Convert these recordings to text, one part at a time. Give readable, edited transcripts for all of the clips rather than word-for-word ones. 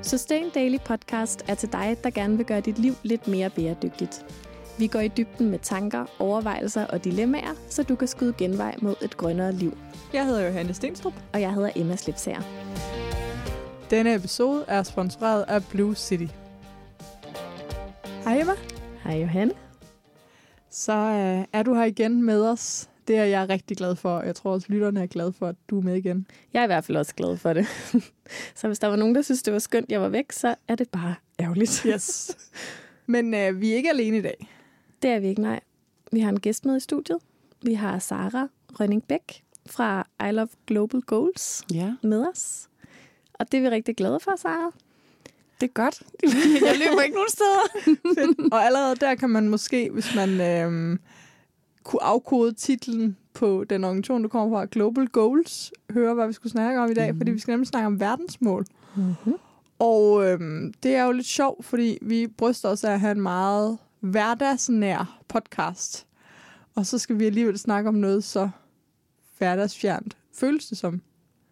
Sustain Daily Podcast er til dig, der gerne vil gøre dit liv lidt mere bæredygtigt. Vi går i dybden med tanker, overvejelser og dilemmaer, så du kan skyde genvej mod et grønnere liv. Jeg hedder Johanne Stenstrup. Og jeg hedder Emma Slipsager. Denne episode er sponsoreret af Blue City. Hej Emma. Hej Johanne. Så er du her igen med os. Det er jeg rigtig glad for. Jeg tror også, lytterne er glade for, at du er med igen. Jeg er i hvert fald også glad for det. Så hvis der var nogen, der synes, det var skønt, jeg var væk, så er det bare ærgerligt. Yes. Men vi er ikke alene i dag. Det er vi ikke, nej. Vi har en gæst med i studiet. Vi har Sara Rønning Bæk fra I Love Global Goals med os. Og det er vi rigtig glade for, Sara. Det er godt. Jeg løber ikke nogen steder. Og allerede der kan man måske, hvis man kunne afkode titlen på den organisation, der kommer fra, Global Goals, høre, hvad vi skulle snakke om i dag, fordi vi skal nemlig snakke om verdensmål. Mm-hmm. Og det er jo lidt sjovt, fordi vi bryster os af at have en meget hverdagsnær podcast. Og så skal vi alligevel snakke om noget så hverdagsfjernt. Føles det som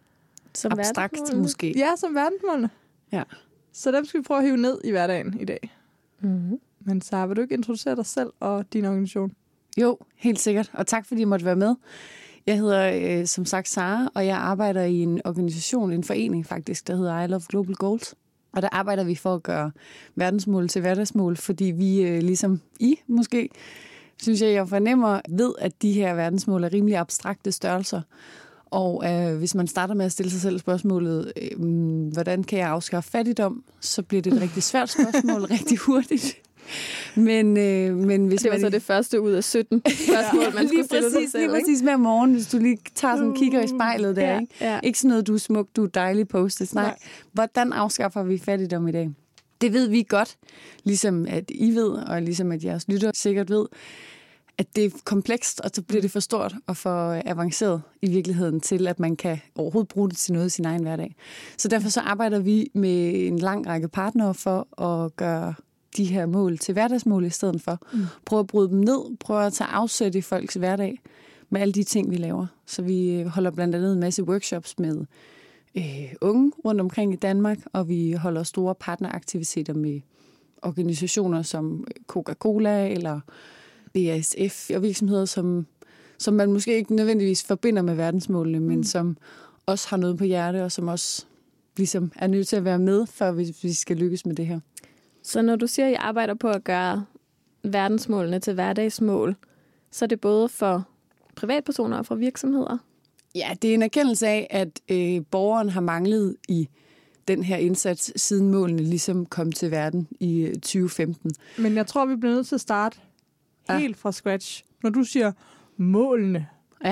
abstrakt måske. Ja, som verdensmålene. Ja. Så dem skal vi prøve at hive ned i hverdagen i dag. Mm-hmm. Men Sara, vil du ikke introducere dig selv og din organisation? Jo, helt sikkert. Og tak fordi I måtte være med. Jeg hedder som sagt Sara, og jeg arbejder i en organisation, en forening faktisk, der hedder I Love Global Goals. Og der arbejder vi for at gøre verdensmål til hverdagsmål, fordi vi ligesom I måske, synes jeg fornemmer, ved, at de her verdensmål er rimelig abstrakte størrelser. Og hvis man starter med at stille sig selv spørgsmålet, hvordan kan jeg afskaffe fattigdom, så bliver det et rigtig svært spørgsmål rigtig hurtigt. Men hvis det var så det første ud af 17 spørgsmål, man skulle stille sig selv. Lige præcis hver morgen, hvis du lige tager sådan kigger i spejlet der. Ikke? Ja. Ikke sådan noget, du er smuk, du er dejlig postet. Nej, hvordan afskaffer vi fattigdom i dag? Det ved vi godt, ligesom at I ved, og ligesom at jeres lytter sikkert ved, at det er komplekst, og så bliver det for stort og for avanceret i virkeligheden til, at man kan overhovedet bruge det til noget i sin egen hverdag. Så derfor så arbejder vi med en lang række partnere for at gøre de her mål til hverdagsmål i stedet for. Prøve at bryde dem ned, prøve at tage afsæt i folks hverdag med alle de ting, vi laver. Så vi holder blandt andet en masse workshops med unge rundt omkring i Danmark, og vi holder store partneraktiviteter med organisationer som Coca-Cola eller BASF og virksomheder, som man måske ikke nødvendigvis forbinder med verdensmålene, men som også har noget på hjerte, og som også ligesom er nødt til at være med, for hvis vi skal lykkes med det her. Så når du siger, at I arbejder på at gøre verdensmålene til hverdagsmål, så er det både for privatpersoner og for virksomheder? Ja, det er en erkendelse af, at borgeren har manglet i den her indsats, siden målene ligesom kom til verden i 2015. Men jeg tror, vi bliver nødt til at starte helt fra scratch. Når du siger målene,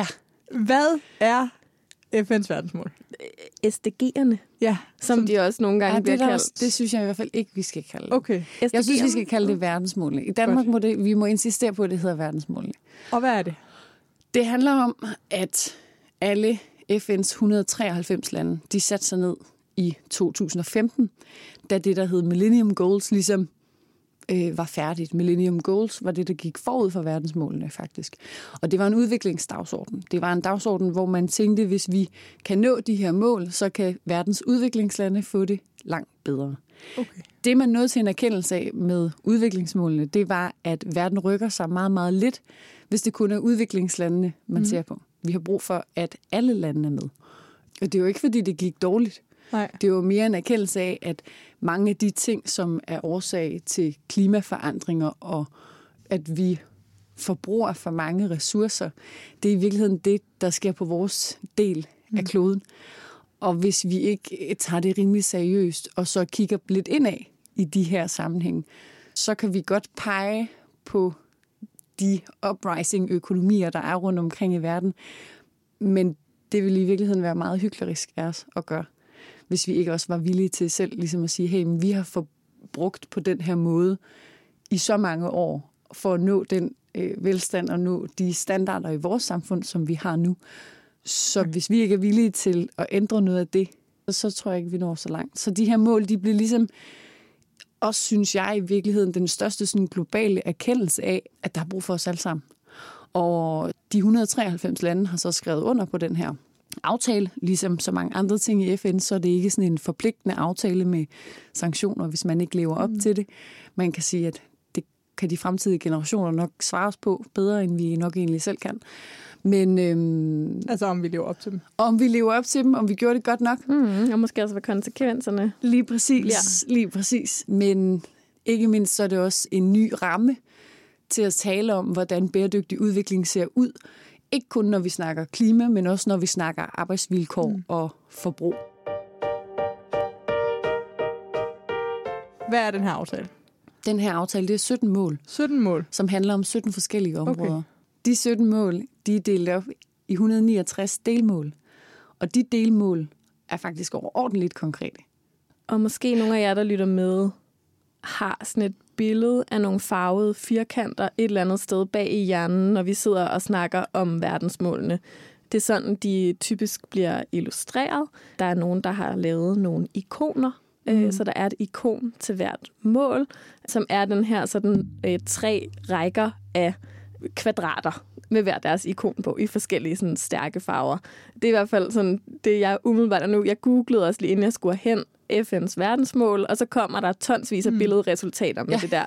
hvad er FN's verdensmål? SDG'erne, som de også nogle gange bliver kaldt. Det synes jeg i hvert fald ikke, vi skal kalde det. Okay. Jeg synes, vi skal kalde det verdensmålene. I Danmark må vi må insistere på, at det hedder verdensmålene. Og hvad er det? Det handler om, at alle FN's 193 lande, de satte sig ned i 2015, da det, der hed Millennium Goals, ligesom var færdigt. Millennium Goals var det, der gik forud for verdensmålene faktisk. Og det var en udviklingsdagsorden. Det var en dagsorden, hvor man tænkte, hvis vi kan nå de her mål, så kan verdens udviklingslande få det langt bedre. Okay. Det, man nåede til en erkendelse af med udviklingsmålene, det var, at verden rykker sig meget, meget lidt, hvis det kun er udviklingslandene, man ser på. Vi har brug for, at alle lande er med. Og det er jo ikke, fordi det gik dårligt. Nej. Det er jo mere en erkendelse af, at mange af de ting, som er årsag til klimaforandringer og at vi forbruger for mange ressourcer, det er i virkeligheden det, der sker på vores del af kloden. Og hvis vi ikke tager det rimelig seriøst og så kigger lidt indad i de her sammenhænge, så kan vi godt pege på de uprising-økonomier, der er rundt omkring i verden. Men det vil i virkeligheden være meget hyklerisk af os at gøre, hvis vi ikke også var villige til selv ligesom at sige, hey, men vi har forbrugt på den her måde i så mange år for at nå den velstand og nå de standarder i vores samfund, som vi har nu. Så hvis vi ikke er villige til at ændre noget af det, så tror jeg ikke, vi når så langt. Så de her mål, de bliver ligesom også, synes jeg, i virkeligheden den største sådan globale erkendelse af, at der er brug for os alle sammen. Og de 193 lande har så skrevet under på den her aftale, ligesom så mange andre ting i FN, så er det ikke sådan en forpligtende aftale med sanktioner, hvis man ikke lever op til det. Man kan sige, at det kan de fremtidige generationer nok svare os på bedre, end vi nok egentlig selv kan. Men, altså om vi lever op til dem. Om vi lever op til dem, om vi gjorde det godt nok. Og måske også, hvad konsekvenserne. Lige præcis. Men ikke mindst så er det også en ny ramme til at tale om, hvordan bæredygtig udvikling ser ud. Ikke kun når vi snakker klima, men også når vi snakker arbejdsvilkår og forbrug. Hvad er den her aftale? Den her aftale, det er 17 mål. 17 mål? Som handler om 17 forskellige områder. Okay. De 17 mål, de er delt op i 169 delmål. Og de delmål er faktisk overordentligt konkrete. Og måske nogle af jer, der lytter med, har sådan et billede af nogle farvede firkanter et eller andet sted bag i hjernen, når vi sidder og snakker om verdensmålene. Det er sådan, de typisk bliver illustreret. Der er nogen, der har lavet nogle ikoner, så der er et ikon til hvert mål, som er den her sådan 3 rækker af kvadrater med hver deres ikon på i forskellige sådan stærke farver. Det er i hvert fald sådan det, jeg umiddelbart nu. Jeg googlede også lige inden jeg skulle hen FN's verdensmål, og så kommer der tonsvis af billedresultater med det der.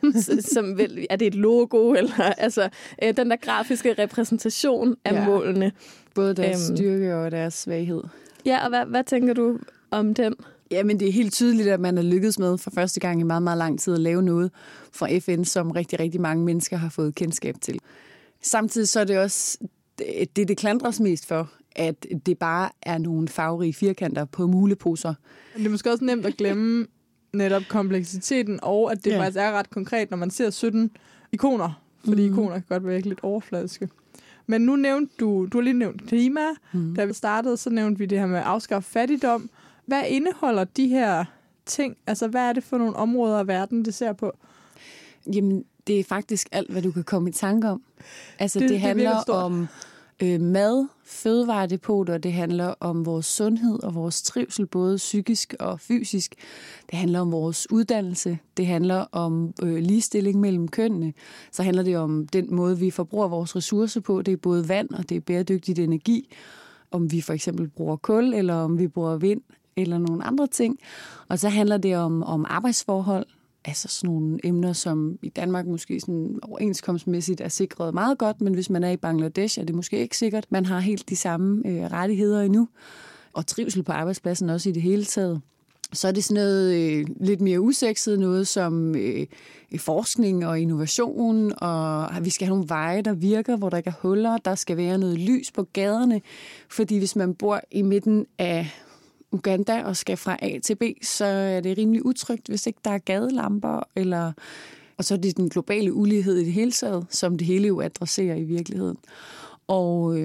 Som er det et logo, eller altså den der grafiske repræsentation af målene. Både deres styrke og deres svaghed. Ja, og hvad tænker du om den? Jamen, det er helt tydeligt, at man er lykkedes med for første gang i meget, meget lang tid at lave noget fra FN, som rigtig, rigtig mange mennesker har fået kendskab til. Samtidig så er det også det klandres mest for, at det bare er nogle farverige firkanter på muleposer. Det er måske også nemt at glemme netop kompleksiteten, og at det faktisk er ret konkret, når man ser 17 ikoner. Fordi ikoner kan godt være lidt overfladiske. Men nu nævnte du har lige nævnt klima. Da vi startede, så nævnte vi det her med at afskaffe fattigdom. Hvad indeholder de her ting? Altså, hvad er det for nogle områder af verden, det ser på? Jamen, det er faktisk alt, hvad du kan komme i tanke om. Altså, det handler om mad, fødevaredepoter, det handler om vores sundhed og vores trivsel, både psykisk og fysisk. Det handler om vores uddannelse, det handler om ligestilling mellem kønnene. Så handler det om den måde, vi forbruger vores ressourcer på. Det er både vand, og det er bæredygtigt energi. Om vi for eksempel bruger kul, eller om vi bruger vind, eller nogle andre ting. Og så handler det om arbejdsforhold. Altså sådan nogle emner, som i Danmark måske sådan overenskomstmæssigt er sikret meget godt, men hvis man er i Bangladesh, er det måske ikke sikkert. Man har helt de samme rettigheder endnu, og trivsel på arbejdspladsen også i det hele taget. Så er det sådan noget lidt mere usekset, noget som forskning og innovation, og vi skal have nogle veje, der virker, hvor der ikke er huller, der skal være noget lys på gaderne, fordi hvis man bor i midten af Uganda og skal fra A til B, så er det rimelig utrygt, hvis ikke der er gadelamper, og så er det den globale ulighed i det hele taget, som det hele jo adresserer i virkeligheden. Og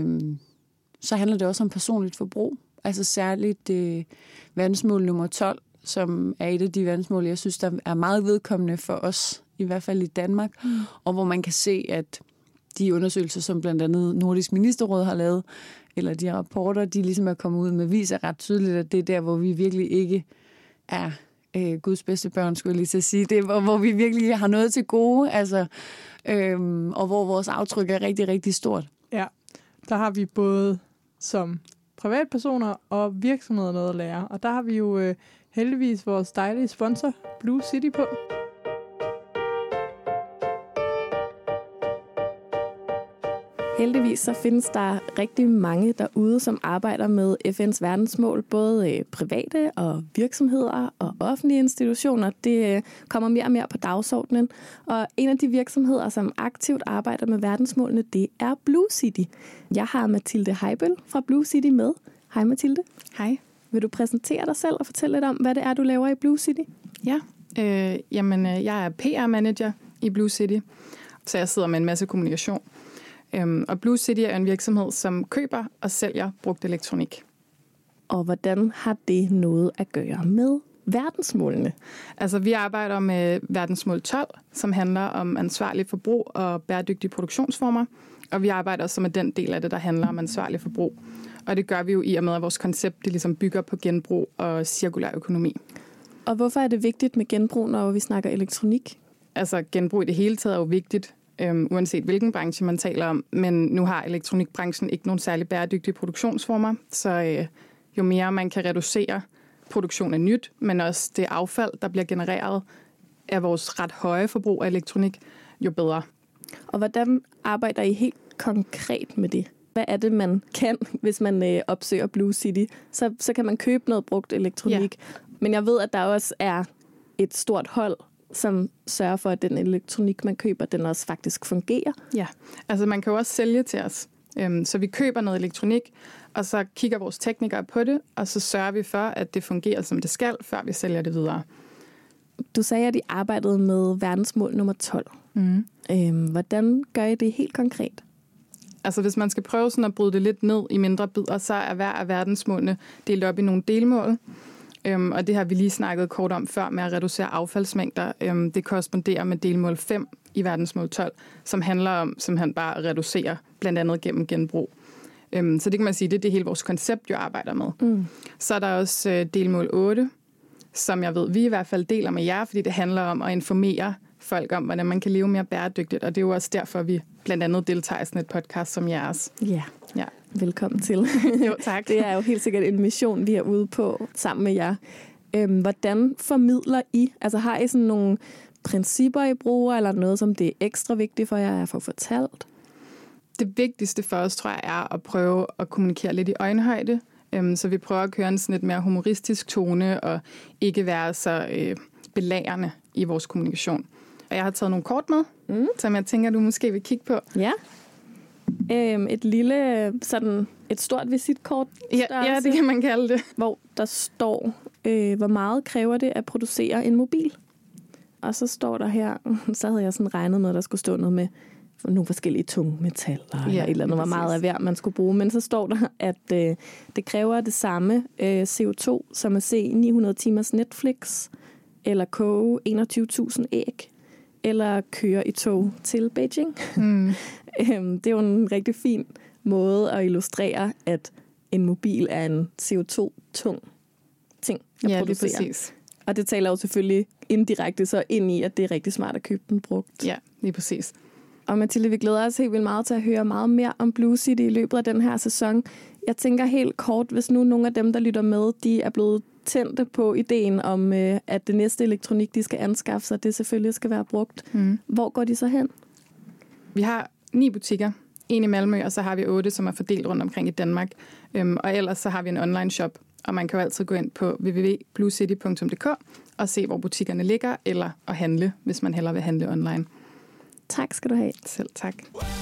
så handler det også om personligt forbrug, altså særligt verdensmål nummer 12, som er et af de verdensmål, jeg synes, der er meget vedkommende for os, i hvert fald i Danmark, og hvor man kan se, at de undersøgelser, som blandt andet Nordisk Ministerråd har lavet, eller de rapporter, de ligesom er kommet ud med, viser ret tydeligt, at det er der, hvor vi virkelig ikke er Guds bedste børn, skulle jeg lige til at sige. Det er, hvor vi virkelig har noget til gode, altså, og hvor vores aftryk er rigtig, rigtig stort. Ja, der har vi både som privatpersoner og virksomheder noget at lære, og der har vi jo heldigvis vores dejlige sponsor, Blue City, på. Heldigvis så findes der rigtig mange derude, som arbejder med FN's verdensmål, både private og virksomheder og offentlige institutioner. Det kommer mere og mere på dagsordenen. Og en af de virksomheder, som aktivt arbejder med verdensmålene, det er Blue City. Jeg har Mathilde Heibel fra Blue City med. Hej Mathilde. Hej. Vil du præsentere dig selv og fortælle lidt om, hvad det er, du laver i Blue City? Ja, jeg er PR-manager i Blue City, så jeg sidder med en masse kommunikation. Og Blue City er en virksomhed, som køber og sælger brugt elektronik. Og hvordan har det noget at gøre med verdensmålene? Altså, vi arbejder med verdensmål 12, som handler om ansvarlig forbrug og bæredygtige produktionsformer. Og vi arbejder også med den del af det, der handler om ansvarlig forbrug. Og det gør vi jo i og med, at vores koncept det ligesom bygger på genbrug og cirkulær økonomi. Og hvorfor er det vigtigt med genbrug, når vi snakker elektronik? Altså, genbrug i det hele taget er jo vigtigt. uanset hvilken branche man taler om. Men nu har elektronikbranchen ikke nogen særlig bæredygtige produktionsformer, så jo mere man kan reducere produktion af nyt, men også det affald, der bliver genereret af vores ret høje forbrug af elektronik, jo bedre. Og hvordan arbejder I helt konkret med det? Hvad er det, man kan, hvis man opsøger Blue City? Så kan man købe noget brugt elektronik. Ja. Men jeg ved, at der også er et stort hold, som sørger for, at den elektronik, man køber, den også faktisk fungerer. Ja, altså man kan jo også sælge til os. Så vi køber noget elektronik, og så kigger vores teknikere på det, og så sørger vi for, at det fungerer, som det skal, før vi sælger det videre. Du sagde, at I arbejdede med verdensmål nummer 12. Hvordan gør I det helt konkret? Altså hvis man skal prøve sådan at bryde det lidt ned i mindre bidder, så er hver af verdensmålene delt op i nogle delmål. Og det har vi lige snakket kort om før med at reducere affaldsmængder. Det korresponderer med delmål 5 i verdensmål 12, som handler om simpelthen bare at reducere, blandt andet gennem genbrug. Så det kan man sige, det er det hele vores koncept jo arbejder med. Så er der også delmål 8, som jeg ved, vi i hvert fald deler med jer, fordi det handler om at informere folk om, hvordan man kan leve mere bæredygtigt. Og det er jo også derfor, vi blandt andet deltager i sådan et podcast som jeres. Ja. Velkommen til. Jo, tak. Det er jo helt sikkert en mission, vi er ude på sammen med jer. Hvordan formidler I? Altså har I sådan nogle principper, I bruger, eller noget, som det er ekstra vigtigt for jer at få fortalt? Det vigtigste for os, tror jeg, er at prøve at kommunikere lidt i øjenhøjde. Så vi prøver at køre en sådan lidt mere humoristisk tone, og ikke være så belærende i vores kommunikation. Og jeg har taget nogle kort med, som jeg tænker, du måske vil kigge på. Ja. Et lille, sådan et stort visitkort. Ja, det kan man kalde det. Hvor der står, hvor meget kræver det at producere en mobil? Og så står der her, så havde jeg sådan regnet med, at der skulle stå noget med nogle forskellige tungmetaller, eller et eller andet, hvor meget af hver man skulle bruge. Men så står der, at det kræver det samme CO2, som at se 900 timers Netflix, eller koge 21.000 æg, eller køre i tog til Beijing. Det er jo en rigtig fin måde at illustrere, at en mobil er en CO2-tung ting at producere. Præcis. Og det taler jo selvfølgelig indirekte så ind i, at det er rigtig smart at købe den brugt. Ja, lige præcis. Og Mathilde, vi glæder os helt vildt meget til at høre meget mere om Blue City i løbet af den her sæson. Jeg tænker helt kort, hvis nu nogle af dem, der lytter med, de er blevet tændte på ideen om, at det næste elektronik, de skal anskaffe sig, det selvfølgelig skal være brugt. Hvor går de så hen? Vi har 9 butikker. En i Malmø, og så har vi 8, som er fordelt rundt omkring i Danmark. Og ellers så har vi en online shop, og man kan jo altid gå ind på www.bluecity.dk og se, hvor butikkerne ligger, eller at handle, hvis man hellere vil handle online. Tak skal du have. Selv tak.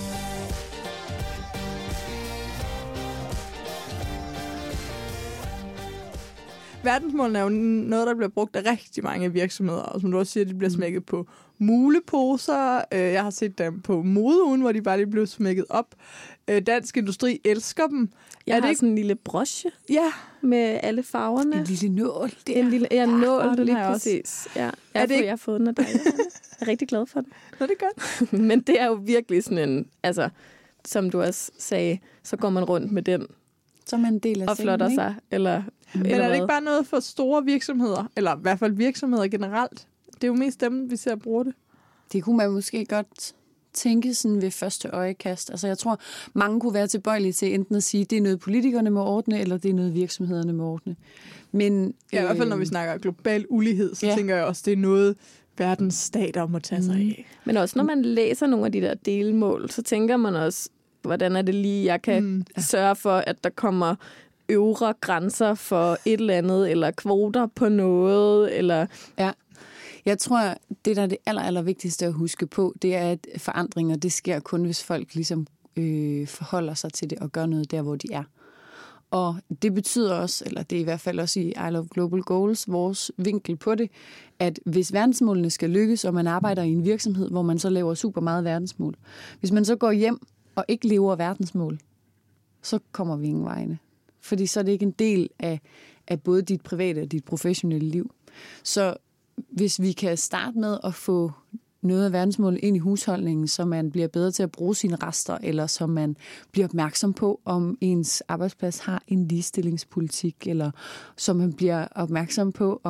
Verdensmålene er jo noget, der bliver brugt af rigtig mange virksomheder, og som du også siger, de bliver smækket på muleposer. Jeg har set dem på modeugen, hvor de bare lige blev smækket op. Dansk Industri elsker dem. Jeg har sådan en lille broche med alle farverne. En lille nål. En lille nål, lige præcis. Ja. Jeg har fået den af dig. Jeg er rigtig glad for den. Nå, det er godt. Men det er jo virkelig sådan en, altså, som du også sagde, så går man rundt med den. Som en del af og flotter sig. Eller er det ikke bare noget for store virksomheder? Eller i hvert fald virksomheder generelt? Det er jo mest dem, vi ser bruge det. Det kunne man måske godt tænke sådan ved første øjekast. Altså jeg tror, mange kunne være tilbøjelige til enten at sige, det er noget politikerne må ordne, eller det er noget virksomhederne må ordne. Men, ja, i hvert fald når vi snakker global ulighed, så tænker jeg også, det er noget, verdens stater må tage sig af. Men også når man læser nogle af de der delmål, så tænker man også, hvordan er det lige, jeg kan sørge for, at der kommer øvre grænser for et eller andet, eller kvoter på noget, eller... Ja. Jeg tror, det der er det aller vigtigste at huske på, det er, at forandringer, det sker kun, hvis folk ligesom forholder sig til det og gør noget der, hvor de er. Og det betyder også, eller det er i hvert fald også i I Love Global Goals, vores vinkel på det, at hvis verdensmålene skal lykkes, og man arbejder i en virksomhed, hvor man så laver super meget verdensmål, hvis man så går hjem og ikke lever verdensmål, så kommer vi ingen vegne. Fordi så er det ikke en del af både dit private og dit professionelle liv. Så hvis vi kan starte med at få noget af verdensmålet ind i husholdningen, så man bliver bedre til at bruge sine rester, eller så man bliver opmærksom på, om ens arbejdsplads har en ligestillingspolitik, eller så man bliver opmærksom på, om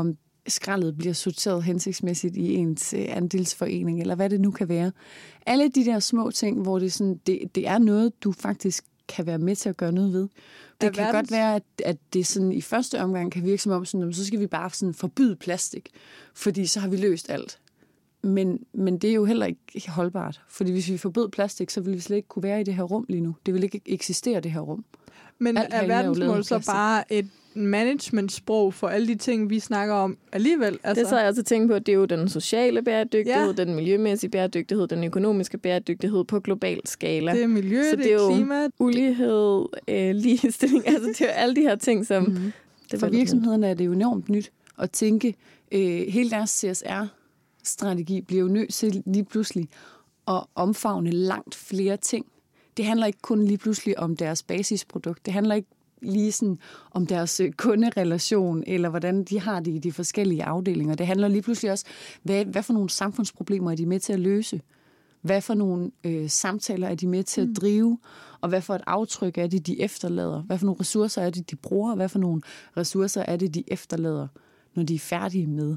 skraldet bliver sorteret hensigtsmæssigt i ens andelsforening, eller hvad det nu kan være. Alle de der små ting, hvor det er noget, du faktisk kan være med til at gøre noget ved. Det kan godt være, at det sådan i første omgang kan virke som om, sådan, så skal vi bare sådan forbyde plastik, fordi så har vi løst alt. Men det er jo heller ikke holdbart. Fordi hvis vi forbød plastik, så ville vi slet ikke kunne være i det her rum lige nu. Det vil ikke eksistere, det her rum. Men er verdensmål så bare et managementsprog for alle de ting, vi snakker om alligevel? Altså. Det så jeg også tænkt på, at det er jo den sociale bæredygtighed, den miljømæssige bæredygtighed, den økonomiske bæredygtighed på global skala. Det er miljø, så det er klima. Ulighed, ligestilling, altså det er jo alle de her ting, som... For virksomhederne er det jo enormt nyt at tænke, hele deres CSR-strategi bliver jo nødt til lige pludselig at omfavne langt flere ting. Det handler ikke kun lige pludselig om deres basisprodukt. Det handler ikke lige sådan om deres kunderelation, eller hvordan de har det i de forskellige afdelinger. Det handler lige pludselig også, hvad for nogle samfundsproblemer er de med til at løse? Hvad for nogle samtaler er de med til at drive? Og hvad for et aftryk er det, de efterlader? Hvad for nogle ressourcer er det, de bruger? Hvad for nogle ressourcer er det, de efterlader, når de er færdige med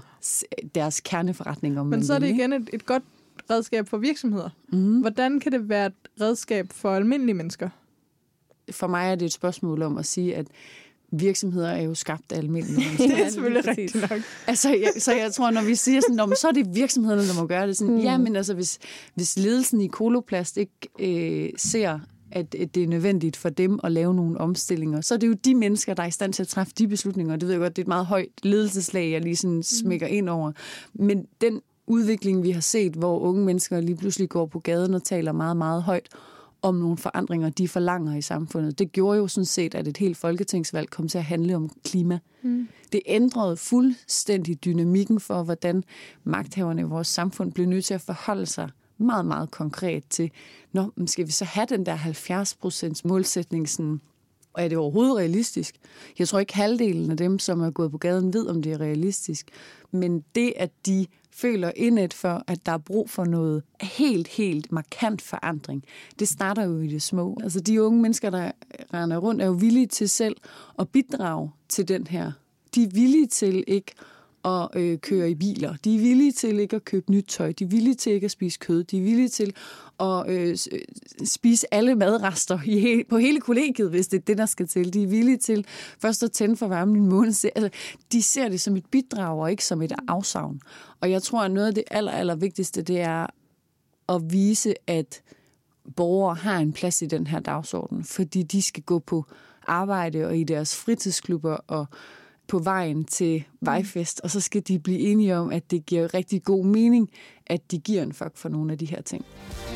deres kerneforretninger? Men så er det igen et godt redskab for virksomheder. Hvordan kan det være et redskab for almindelige mennesker? For mig er det et spørgsmål om at sige, at virksomheder er jo skabt af almindelige mennesker. Det er selvfølgelig rigtigt nok. Så jeg tror, når vi siger sådan, så er det virksomhederne, der må gøre det. Sådan, ja, men altså, hvis ledelsen i Coloplast ikke ser, at det er nødvendigt for dem at lave nogle omstillinger, så er det jo de mennesker, der er i stand til at træffe de beslutninger. Det ved jeg godt, det er et meget højt ledelseslag, jeg lige sådan smækker ind over. Men den udvikling, vi har set, hvor unge mennesker lige pludselig går på gaden og taler meget, meget højt om nogle forandringer, de forlanger i samfundet. Det gjorde jo sådan set, at et helt folketingsvalg kom til at handle om klima. Det ændrede fuldstændig dynamikken for, hvordan magthaverne i vores samfund blev nødt til at forholde sig meget, meget konkret til, skal vi så have den der 70% målsætning, sådan, og er det overhovedet realistisk? Jeg tror ikke halvdelen af dem, som er gået på gaden, ved, om det er realistisk. Men det, at de føler indet for, at der er brug for noget helt markant forandring, det starter jo i det små. Altså de unge mennesker, der render rundt, er jo villige til selv at bidrage til den her. De er villige til ikke at køre i biler. De er villige til ikke at købe nyt tøj. De er villige til ikke at spise kød. De er villige til at spise alle madrester på hele kollegiet, hvis det er det, der skal til. De er villige til først at tænde for varmen en måned. Altså, de ser det som et bidrag og ikke som et afsavn. Og jeg tror, at noget af det aller vigtigste, det er at vise, at borgere har en plads i den her dagsorden, fordi de skal gå på arbejde og i deres fritidsklubber og på vejen til vejfest, og så skal de blive enige om, at det giver rigtig god mening, at de giver en fuck for nogle af de her ting.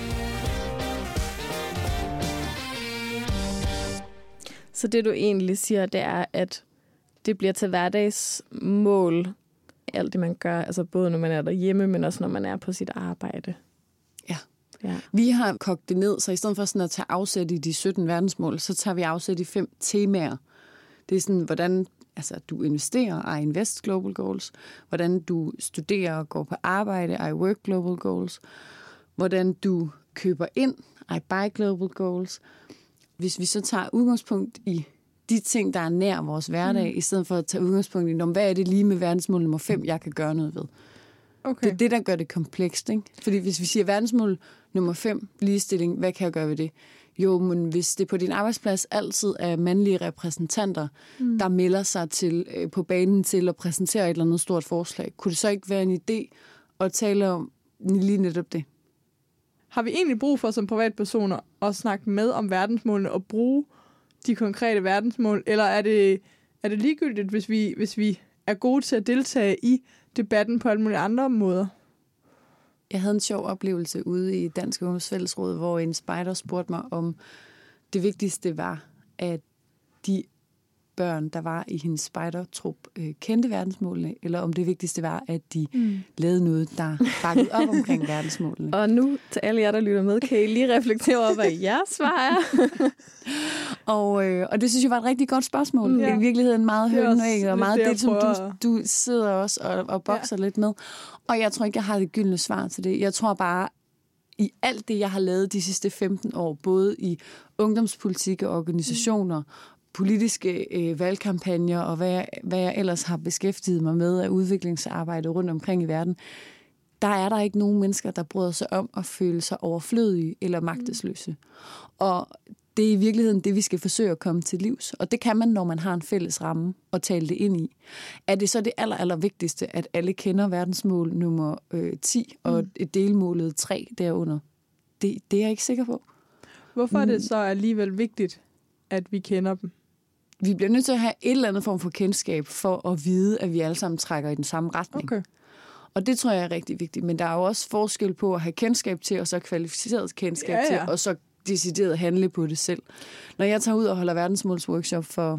Så det, du egentlig siger, det er, at det bliver til hverdagsmål, alt det, man gør, altså både når man er derhjemme, men også når man er på sit arbejde. Ja. Vi har kogt det ned, så i stedet for sådan at tage afsæt i de 17 verdensmål, så tager vi afsæt i 5 temaer. Det er sådan, hvordan du investerer, I invest global goals, hvordan du studerer og går på arbejde, I work global goals, hvordan du køber ind, I buy global goals. Hvis vi så tager udgangspunkt i de ting, der er nær vores hverdag, i stedet for at tage udgangspunkt i, hvad er det lige med verdensmål nummer 5, jeg kan gøre noget ved. Okay. Det er det, der gør det komplekst, ikke? Fordi hvis vi siger verdensmål nummer 5, ligestilling, hvad kan jeg gøre ved det? Jo, men hvis det på din arbejdsplads altid er mandlige repræsentanter, der melder sig til på banen til at præsentere et eller andet stort forslag, kunne det så ikke være en idé at tale om lige netop det? Har vi egentlig brug for som privatpersoner at snakke med om verdensmålene og bruge de konkrete verdensmål, eller er det ligegyldigt, hvis vi er gode til at deltage i debatten på alle mulige andre måder? Jeg havde en sjov oplevelse ude i Dansk Ungdoms Fællesråd, hvor en spejder spurgte mig, om det vigtigste var, at de børn, der var i hendes spejdertrup, kendte verdensmålene, eller om det vigtigste var, at de lavede noget, der bakkede op omkring verdensmålene. Og nu til alle jer, der lytter med, kan I lige reflektere over, hvad jeres svar er? Og det synes jeg var et rigtig godt spørgsmål. Ja. I virkeligheden meget højnægget, og meget det, som du sidder også og bokser lidt med. Og jeg tror ikke, jeg har det gyldne svar til det. Jeg tror bare, i alt det, jeg har lavet de sidste 15 år, både i ungdomspolitik og organisationer, politiske valgkampagner, og hvad jeg ellers har beskæftiget mig med af udviklingsarbejde rundt omkring i verden, der er der ikke nogen mennesker, der bryder sig om at føle sig overflødige eller magtesløse. Og det er i virkeligheden det, vi skal forsøge at komme til livs. Og det kan man, når man har en fælles ramme og tale det ind i. Er det så det aller vigtigste, at alle kender verdensmål nummer 10 og delmålet 3 derunder? Det er jeg ikke sikker på. Hvorfor er det så alligevel vigtigt, at vi kender dem? Vi bliver nødt til at have et eller andet form for kendskab for at vide, at vi alle sammen trækker i den samme retning. Okay. Og det tror jeg er rigtig vigtigt. Men der er jo også forskel på at have kendskab til, og så kvalificeret kendskab til, og så decideret handle på det selv. Når jeg tager ud og holder verdensmålsworkshop for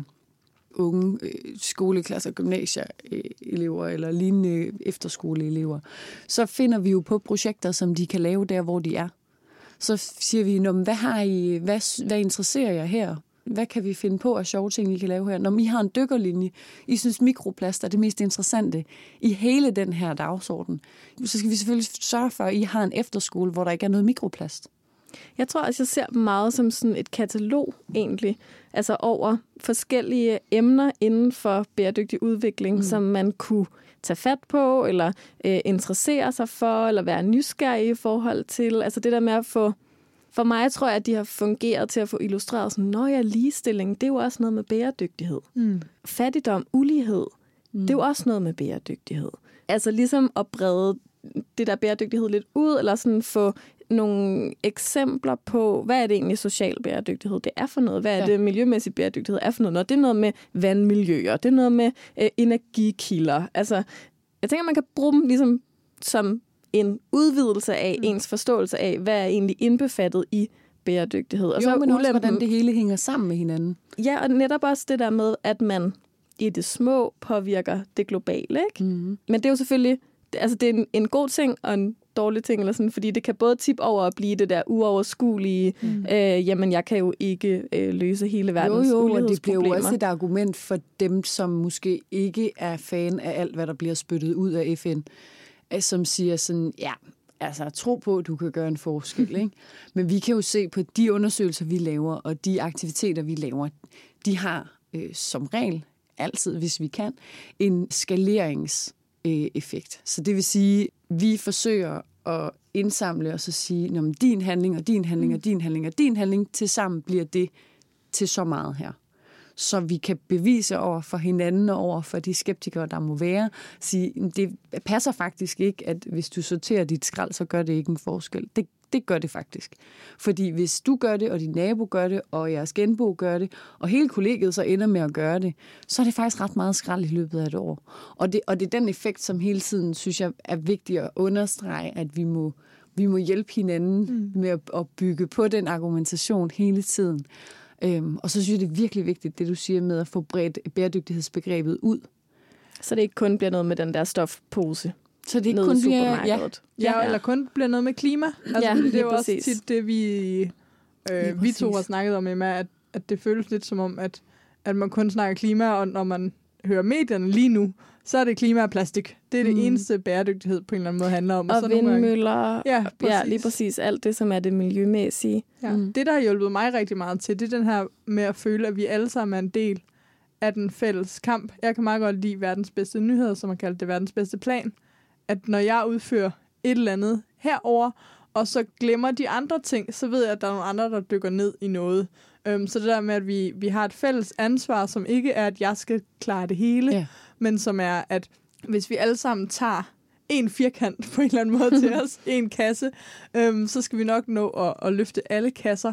unge skoleklasser, gymnasieelever eller lignende efterskoleelever, så finder vi jo på projekter, som de kan lave der, hvor de er. Så siger vi, hvad har I, hvad interesserer jer her? Hvad kan vi finde på af sjove ting, I kan lave her? Når I har en dykkerlinje, I synes mikroplast er det mest interessante i hele den her dagsorden, så skal vi selvfølgelig sørge for, at I har en efterskole, hvor der ikke er noget mikroplast. Jeg tror også, jeg ser dem meget som sådan et katalog egentlig, altså over forskellige emner inden for bæredygtig udvikling, som man kunne tage fat på, eller interessere sig for, eller være nysgerrig i forhold til. Altså det der med at få... For mig tror jeg, at de har fungeret til at få illustreret sådan, ligestilling, det er jo også noget med bæredygtighed. Fattigdom, ulighed, det er jo også noget med bæredygtighed. Altså ligesom at brede det der bæredygtighed lidt ud, eller sådan få nogle eksempler på, hvad er det egentlig social bæredygtighed det er for noget? Hvad er det miljømæssig bæredygtighed er for noget? Nå, det er noget med vandmiljøer, det er noget med energikilder. Altså, jeg tænker, man kan bruge dem ligesom som en udvidelse af ens forståelse af, hvad er egentlig indbefattet i bæredygtighed. Og så men også, hvordan det hele hænger sammen med hinanden. Ja, og netop også det der med, at man i det små påvirker det globale, ikke? Mm-hmm. Men det er jo selvfølgelig, altså det er en god ting og en dårlig ting, eller sådan, fordi det kan både tippe over at blive det der uoverskuelige, jamen jeg kan jo ikke løse hele verdens ulighedsproblemer. Og det bliver jo også et argument for dem, som måske ikke er fan af alt, hvad der bliver spyttet ud af FN, som siger sådan, tro på, at du kan gøre en forskel. Ikke? Men vi kan jo se på de undersøgelser, vi laver, og de aktiviteter, vi laver, de har som regel, altid hvis vi kan, en skaleringseffekt. Så det vil sige, vi forsøger at indsamle og så sige, at din handling og din handling og din handling og din handling tilsammen bliver det til så meget her. Så vi kan bevise over for hinanden og over for de skeptikere, der må være, sige, det passer faktisk ikke, at hvis du sorterer dit skrald, så gør det ikke en forskel. Det gør det faktisk. Fordi hvis du gør det, og din nabo gør det, og jeres genbo gør det, og hele kollegiet så ender med at gøre det, så er det faktisk ret meget skrald i løbet af et år. Og det er den effekt, som hele tiden, synes jeg, er vigtigt at understrege, at vi må hjælpe hinanden med at bygge på den argumentation hele tiden. Og så synes jeg, det er virkelig vigtigt, det du siger med at få bredt bæredygtighedsbegrebet ud. Så det ikke kun bliver noget med den der stofpose. Så det ikke kun bliver eller kun bliver noget med klima. Altså, det er jo også tit det, vi to har snakket om, Emma, at det føles lidt som om, at man kun snakker klima, og når man hører medierne lige nu, så er det klima og plastik. Det er det eneste bæredygtighed på en eller anden måde handler om. Og så vindmøller, lige præcis alt det, som er det miljømæssige. Ja. Det, der har hjulpet mig rigtig meget til, det er den her med at føle, at vi alle sammen er en del af den fælles kamp. Jeg kan meget godt lide verdens bedste nyheder, som man kalder det verdens bedste plan. At når jeg udfører et eller andet herover, og så glemmer de andre ting, så ved jeg, at der er nogle andre, der dykker ned i noget. Så det der med, at vi har et fælles ansvar, som ikke er, at jeg skal klare det hele, men som er, at hvis vi alle sammen tager en firkant på en eller anden måde til os, en kasse, så skal vi nok nå at løfte alle kasser.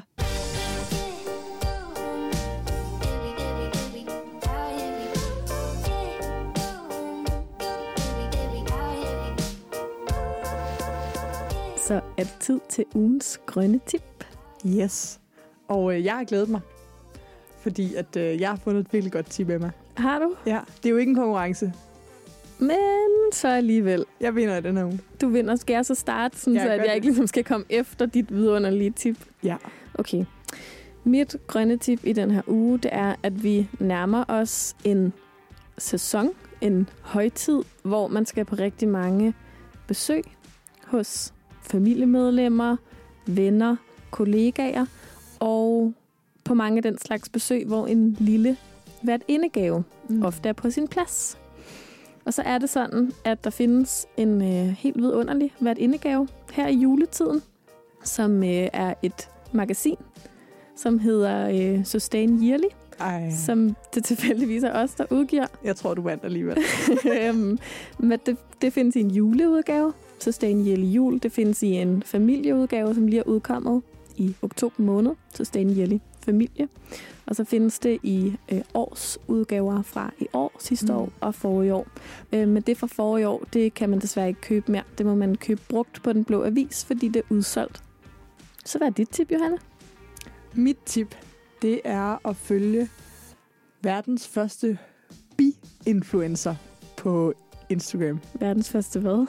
Så er det tid til ugens grønne tip. Yes. Og jeg har glædet mig, fordi at jeg har fundet et virkelig godt tip af mig. Har du? Ja, det er jo ikke en konkurrence. Men så alligevel. Jeg vinder i den her uge. Du vinder. Skal jeg så starte, sådan så at jeg ikke ligesom skal komme efter dit vidunderlige tip? Ja. Okay. Mit grønne tip i den her uge, det er, at vi nærmer os en sæson, en højtid, hvor man skal på rigtig mange besøg hos familiemedlemmer, venner, kollegaer. Og på mange af den slags besøg, hvor en lille værtindegave ofte er på sin plads. Og så er det sådan, at der findes en helt vidunderlig værtindegave her i juletiden, som er et magasin, som hedder Sustain Yearly, som det tilfældigvis er os, der udgiver. Jeg tror, du vandt alligevel. Men det findes i en juleudgave, Sustain Yearly Jul. Det findes i en familieudgave, som lige er udkommet i oktober måned, Sustain Yearly Familie. Og så findes det i årsudgaver fra i år, sidste år og forrige år. Men det fra forrige år, det kan man desværre ikke købe mere. Det må man købe brugt på Den Blå Avis, fordi det er udsolgt. Så hvad er dit tip, Johanne? Mit tip, det er at følge verdens første bi-influencer på Instagram. Verdens første hvad?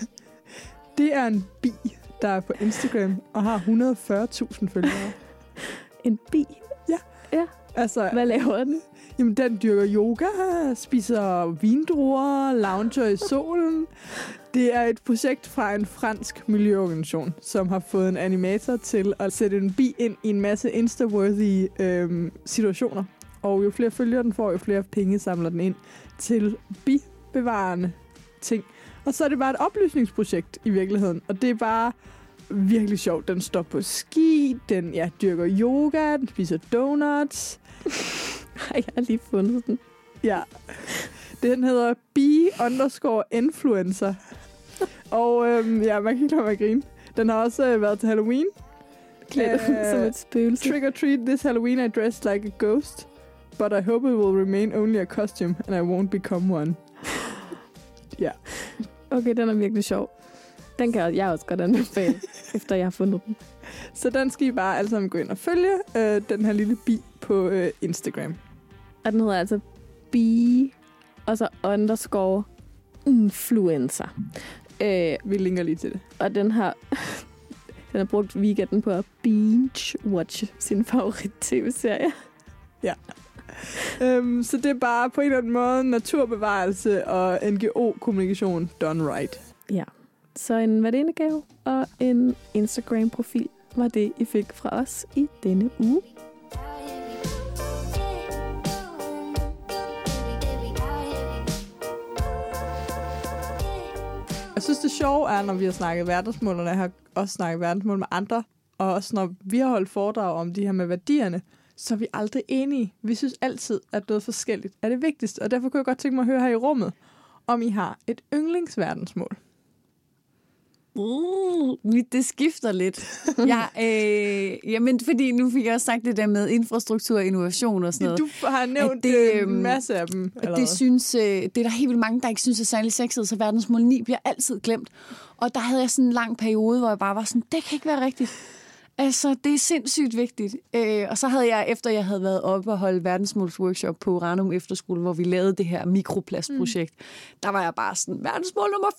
Det er en bi, der er på Instagram og har 140.000 følgere. En bi? Ja. Altså, hvad laver den? Jamen, den dyrker yoga, spiser vindruer, lounger i solen. Det er et projekt fra en fransk miljøorganisation, som har fået en animator til at sætte en bi ind i en masse Insta-worthy situationer. Og jo flere følgere den får, jo flere penge samler den ind til bibevarende ting. Og så er det bare et oplysningsprojekt i virkeligheden. Og det er bare virkelig sjovt. Den står på ski, den dyrker yoga, den spiser donuts. Jeg har lige fundet den. Ja. Den hedder bi_influencer. Og man kan ikke lade mig grine. Den har også været til Halloween. Klædt som et spøgelse. Trick or treat, this Halloween I dressed like a ghost. But I hope it will remain only a costume, and I won't become one. Ja. Okay, den er virkelig sjov. Den kan jeg også godt anbefale, efter jeg har fundet den. Så den skal I bare alle sammen gå ind og følge, den her lille bi på Instagram. Og den hedder altså bi, og så _influencer. Vi linker lige til det. Og den har brugt weekenden på at binge-watch sin favorit-tv-serie. Ja. Så det er bare på en eller anden måde naturbevarelse og NGO-kommunikation done right. Ja. Så en værdindegave og en Instagram-profil var det, I fik fra os i denne uge. Jeg synes, det sjove er, når vi har snakket verdensmål, og jeg har også snakket verdensmål med andre, og også når vi har holdt foredrag om de her med værdierne, så er vi aldrig enige. Vi synes altid, at noget forskelligt er det vigtigste, og derfor kunne jeg godt tænke mig at høre her i rummet, om I har et yndlingsverdensmål. Det skifter lidt. Jamen, fordi nu fik jeg også sagt det der med infrastruktur og innovation og sådan noget. Du har nævnt en masse af dem. Det er der helt vildt mange, der ikke synes er særlig sexet, så verdensmål 9 bliver altid glemt. Og der havde jeg sådan en lang periode, hvor jeg bare var sådan, det kan ikke være rigtigt. Altså, det er sindssygt vigtigt. Og så havde jeg, efter jeg havde været oppe og holdt verdensmålsworkshop på Ranum Efterskole, hvor vi lavede det her mikroplastprojekt, der var jeg bare sådan, verdensmål nummer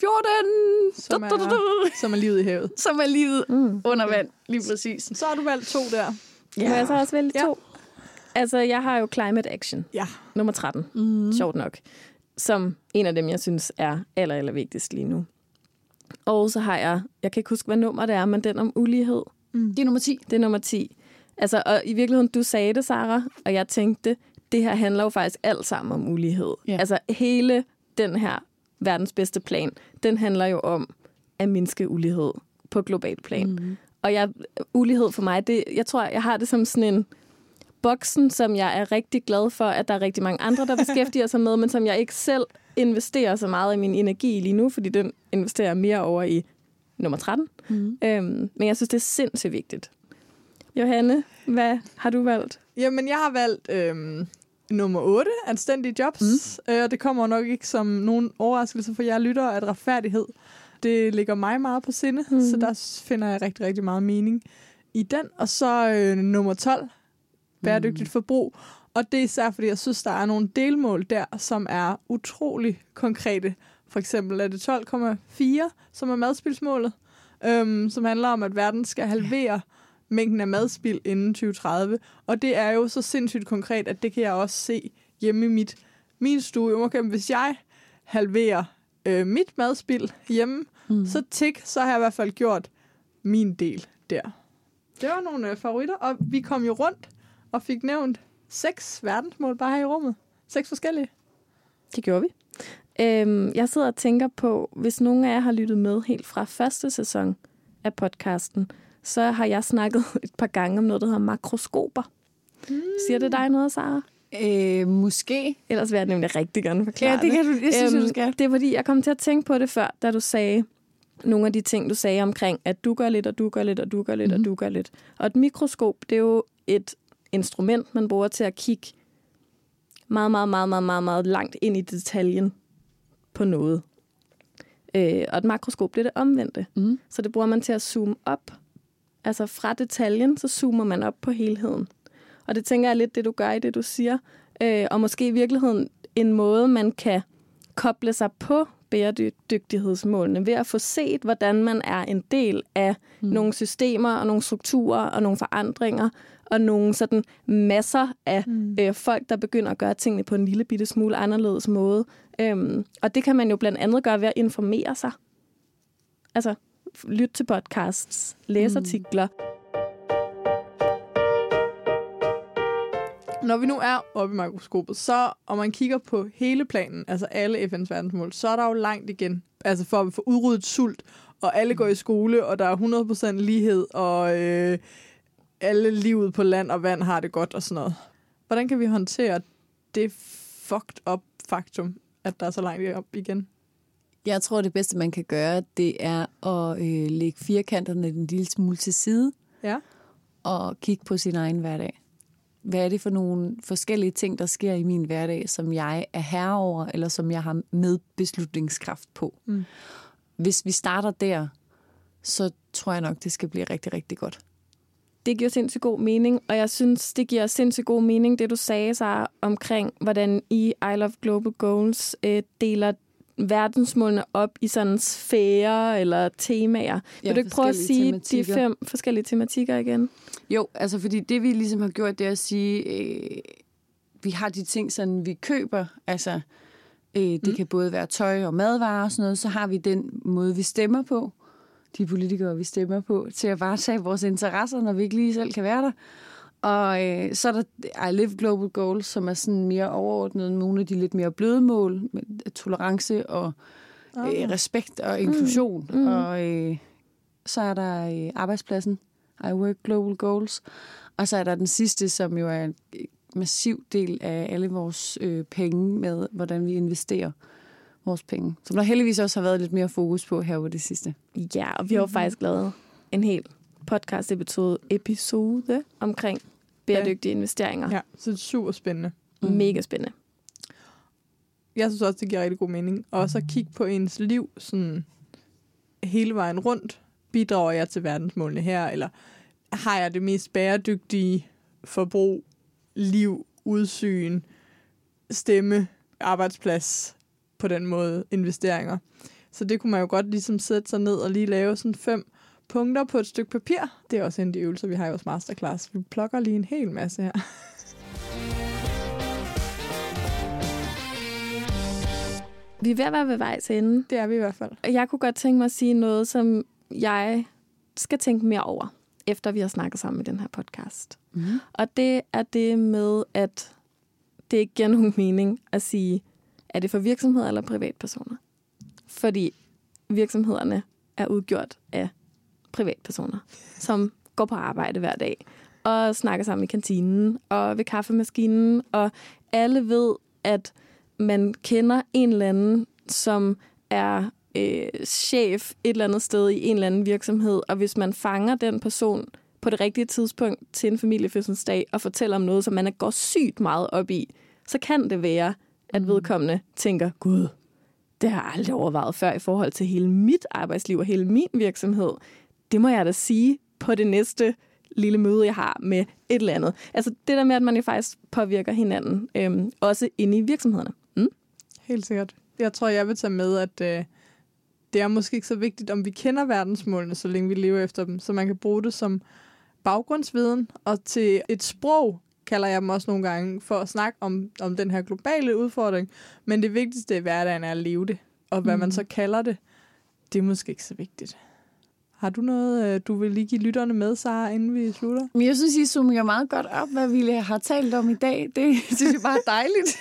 14! Som er livet i havet. Som er livet under vand, lige præcis. Så har du valgt 2 der. Ja. Må jeg så også vælge 2? Altså, jeg har jo Climate Action. Ja. Nummer 13. Sjovt nok. Som en af dem, jeg synes er aller vigtigst lige nu. Og så har jeg kan ikke huske, hvad nummer det er, men den om ulighed. Det er nummer 10. Det er nummer 10. Altså, og i virkeligheden, du sagde det, Sarah, og jeg tænkte, det her handler jo faktisk alt sammen om ulighed. Ja. Altså, hele den her verdens bedste plan, den handler jo om at mindske ulighed på global plan. Og ulighed for mig, jeg tror, jeg har det som sådan en boksen, som jeg er rigtig glad for, at der er rigtig mange andre, der beskæftiger sig med, men som jeg ikke selv investerer så meget i min energi lige nu, fordi den investerer jeg mere over i nummer 13. Men jeg synes, det er sindssygt vigtigt. Johanne, hvad har du valgt? Jamen, jeg har valgt nummer 8, anstændige jobs. Og det kommer nok ikke som nogen overraskelse for jer lyttere, at retfærdighed, det ligger mig meget på sinde. Så der finder jeg rigtig, rigtig meget mening i den. Og så nummer 12, bæredygtigt forbrug. Og det er især, fordi jeg synes, der er nogle delmål der, som er utrolig konkrete. For eksempel er det 12,4, som er madspildsmålet, som handler om, at verden skal halvere mængden af madspild inden 2030. Og det er jo så sindssygt konkret, at det kan jeg også se hjemme i min stue. Okay, hvis jeg halverer mit madspild hjemme, så har jeg i hvert fald gjort min del der. Det var nogle favoritter, og vi kom jo rundt og fik nævnt 6 verdensmål bare her i rummet. 6 forskellige. Det gjorde vi. Jeg sidder og tænker på, hvis nogen af jer har lyttet med helt fra første sæson af podcasten, så har jeg snakket et par gange om noget, der hedder makroskoper. Siger det dig noget, Sara? Måske. Ellers vil jeg nemlig rigtig gerne forklare det. Kan du, jeg synes, du skal. Det er fordi, jeg kom til at tænke på det før, da du sagde nogle af de ting, du sagde omkring, at du gør lidt, og du gør lidt, og du gør lidt, og du gør lidt. Og et mikroskop, det er jo et instrument, man bruger til at kigge meget, meget, meget, meget, meget, meget langt ind i detaljen på noget. Og et makroskop, det er det omvendte. Så det bruger man til at zoome op. Altså fra detaljen, så zoomer man op på helheden. Og det tænker jeg lidt, det du gør i det, du siger. Og måske i virkeligheden en måde, man kan koble sig på bæredygtighedsmålene ved at få set, hvordan man er en del af nogle systemer og nogle strukturer og nogle forandringer og nogle sådan masser af folk, der begynder at gøre tingene på en lille bitte smule anderledes måde. Og det kan man jo blandt andet gøre ved at informere sig. Altså, lytte til podcasts, læse artikler. Når vi nu er oppe i makroskopet, så og man kigger på hele planen, altså alle FN's verdensmål, så er der jo langt igen. Altså for at få udryddet sult, og alle går i skole, og der er 100% lighed, og alle livet på land og vand har det godt og sådan noget. Hvordan kan vi håndtere det fucked up faktum, at der er så langt op igen? Jeg tror, det bedste, man kan gøre, det er at lægge firkanterne en lille smule til side, og kigge på sin egen hverdag. Hvad er det for nogle forskellige ting, der sker i min hverdag, som jeg er herre over, eller som jeg har medbeslutningskraft på? Hvis vi starter der, så tror jeg nok, det skal blive rigtig, rigtig godt. Det giver sindssygt god mening, og jeg synes, det giver sindssygt god mening, det du sagde, Sara, omkring, hvordan I Love Global Goals deler verdensmålene op i sådan sfærer eller temaer. Vil du ikke prøve at sige de 5 forskellige tematikker igen? Jo, altså fordi det vi ligesom har gjort, det er at sige, vi har de ting, sådan vi køber, altså det kan både være tøj og madvarer og sådan noget, så har vi den måde, vi stemmer på, de politikere, vi stemmer på, til at varetage vores interesser, når vi ikke lige selv kan være der. Og så er der I Live Global Goals, som er sådan mere overordnet, nogle af de lidt mere bløde mål, med tolerance og respekt og inklusion. Og så er der arbejdspladsen, I Work Global Goals. Og så er der den sidste, som jo er en massiv del af alle vores penge med, hvordan vi investerer vores penge. Som der heldigvis også har været lidt mere fokus på her over det sidste. Ja, og vi har jo faktisk lavet en hel podcast-episode omkring bæredygtige investeringer. Ja, så det er super spændende. Mega spændende. Jeg synes også, det giver rigtig god mening. Og så kigge på ens liv sådan hele vejen rundt. Bidrager jeg til verdensmålene her, eller har jeg det mest bæredygtige forbrug, liv, udsyn, stemme, arbejdsplads, på den måde investeringer. Så det kunne man jo godt ligesom sætte sig ned og lige lave sådan 5 punkter på et stykke papir. Det er også en af de øvelser, vi har i vores masterclass. Vi plukker lige en hel masse her. Vi er ved at være ved vejs ende. Det er vi i hvert fald. Jeg kunne godt tænke mig at sige noget, som jeg skal tænke mere over, efter vi har snakket sammen i den her podcast. Og det er det med, at det ikke giver nogen mening at sige, er det for virksomheder eller privatpersoner? Fordi virksomhederne er udgjort af privatpersoner, som går på arbejde hver dag og snakker sammen i kantinen og ved kaffemaskinen. Og alle ved, at man kender en eller anden, som er chef et eller andet sted i en eller anden virksomhed. Og hvis man fanger den person på det rigtige tidspunkt til en familiefødselsdag og fortæller om noget, som man går sygt meget op i, så kan det være, at vedkommende tænker, gud, det har jeg aldrig overvejet før i forhold til hele mit arbejdsliv og hele min virksomhed. Det må jeg da sige på det næste lille møde, jeg har med et eller andet. Altså det der med, at man jo faktisk påvirker hinanden, også inde i virksomhederne. Helt sikkert. Jeg tror, jeg vil tage med, at det er måske ikke så vigtigt, om vi kender verdensmålene, så længe vi lever efter dem, så man kan bruge det som baggrundsviden og til et sprog, kalder jeg dem også nogle gange, for at snakke om den her globale udfordring. Men det vigtigste i hverdagen er at leve det. Og hvad man så kalder det, det er måske ikke så vigtigt. Har du noget, du vil lige give lytterne med, Sara, inden vi slutter? Men jeg synes, I summer meget godt op, hvad vi har talt om i dag. Det synes jeg bare er dejligt.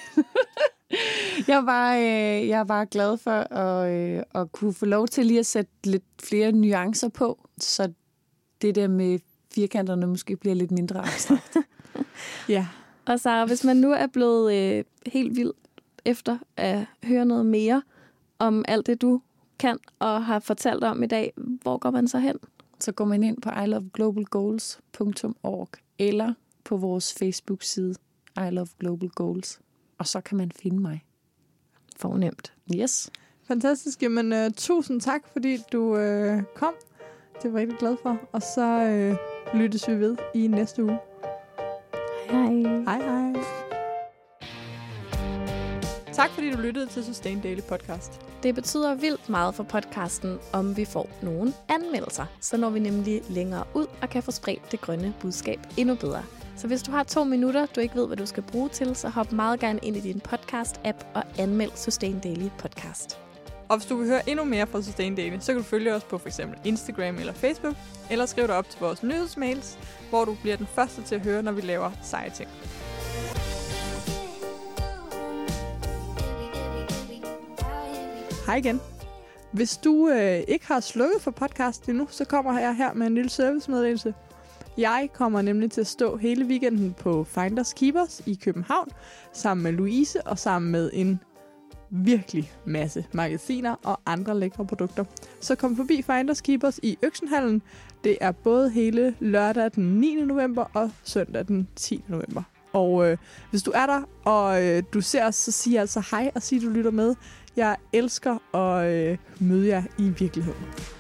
Jeg er bare glad for at kunne få lov til lige at sætte lidt flere nuancer på, så det der med firkanterne måske bliver lidt mindre abstrakt. Ja. Og Sara, hvis man nu er blevet helt vild efter at høre noget mere om alt det, du kan og har fortalt om i dag, hvor går man så hen? Så går man ind på iloveglobalgoals.org eller på vores Facebook-side I Love Global Goals, og så kan man finde mig. Fornemt. Yes. Fantastisk. Jamen, tusind tak, fordi du kom. Det var jeg rigtig glad for. Og så lyttes vi ved i næste uge. Hej. Hej, hej. Tak fordi du lyttede til Sustain Daily Podcast. Det betyder vildt meget for podcasten, om vi får nogle anmeldelser. Så når vi nemlig længere ud og kan få spredt det grønne budskab endnu bedre. Så hvis du har 2 minutter, du ikke ved, hvad du skal bruge til, så hop meget gerne ind i din podcast-app og anmeld Sustain Daily Podcast. Og hvis du vil høre endnu mere fra Sustain Daily, så kan du følge os på f.eks. Instagram eller Facebook, eller skriv dig op til vores nyhedsmails, hvor du bliver den første til at høre, når vi laver seje ting. Hej igen. Hvis du ikke har slukket for podcasten endnu, så kommer jeg her med en lille servicemeddelelse. Jeg kommer nemlig til at stå hele weekenden på Finders Keepers i København, sammen med Louise og sammen med en virkelig masse magasiner og andre lækre produkter. Så kom forbi Finders Keepers i Øksenhallen. Det er både hele lørdag den 9. november og søndag den 10. november. Og hvis du er der, og du ser os, så sig altså hej og sig, du lytter med. Jeg elsker at møde jer i virkeligheden.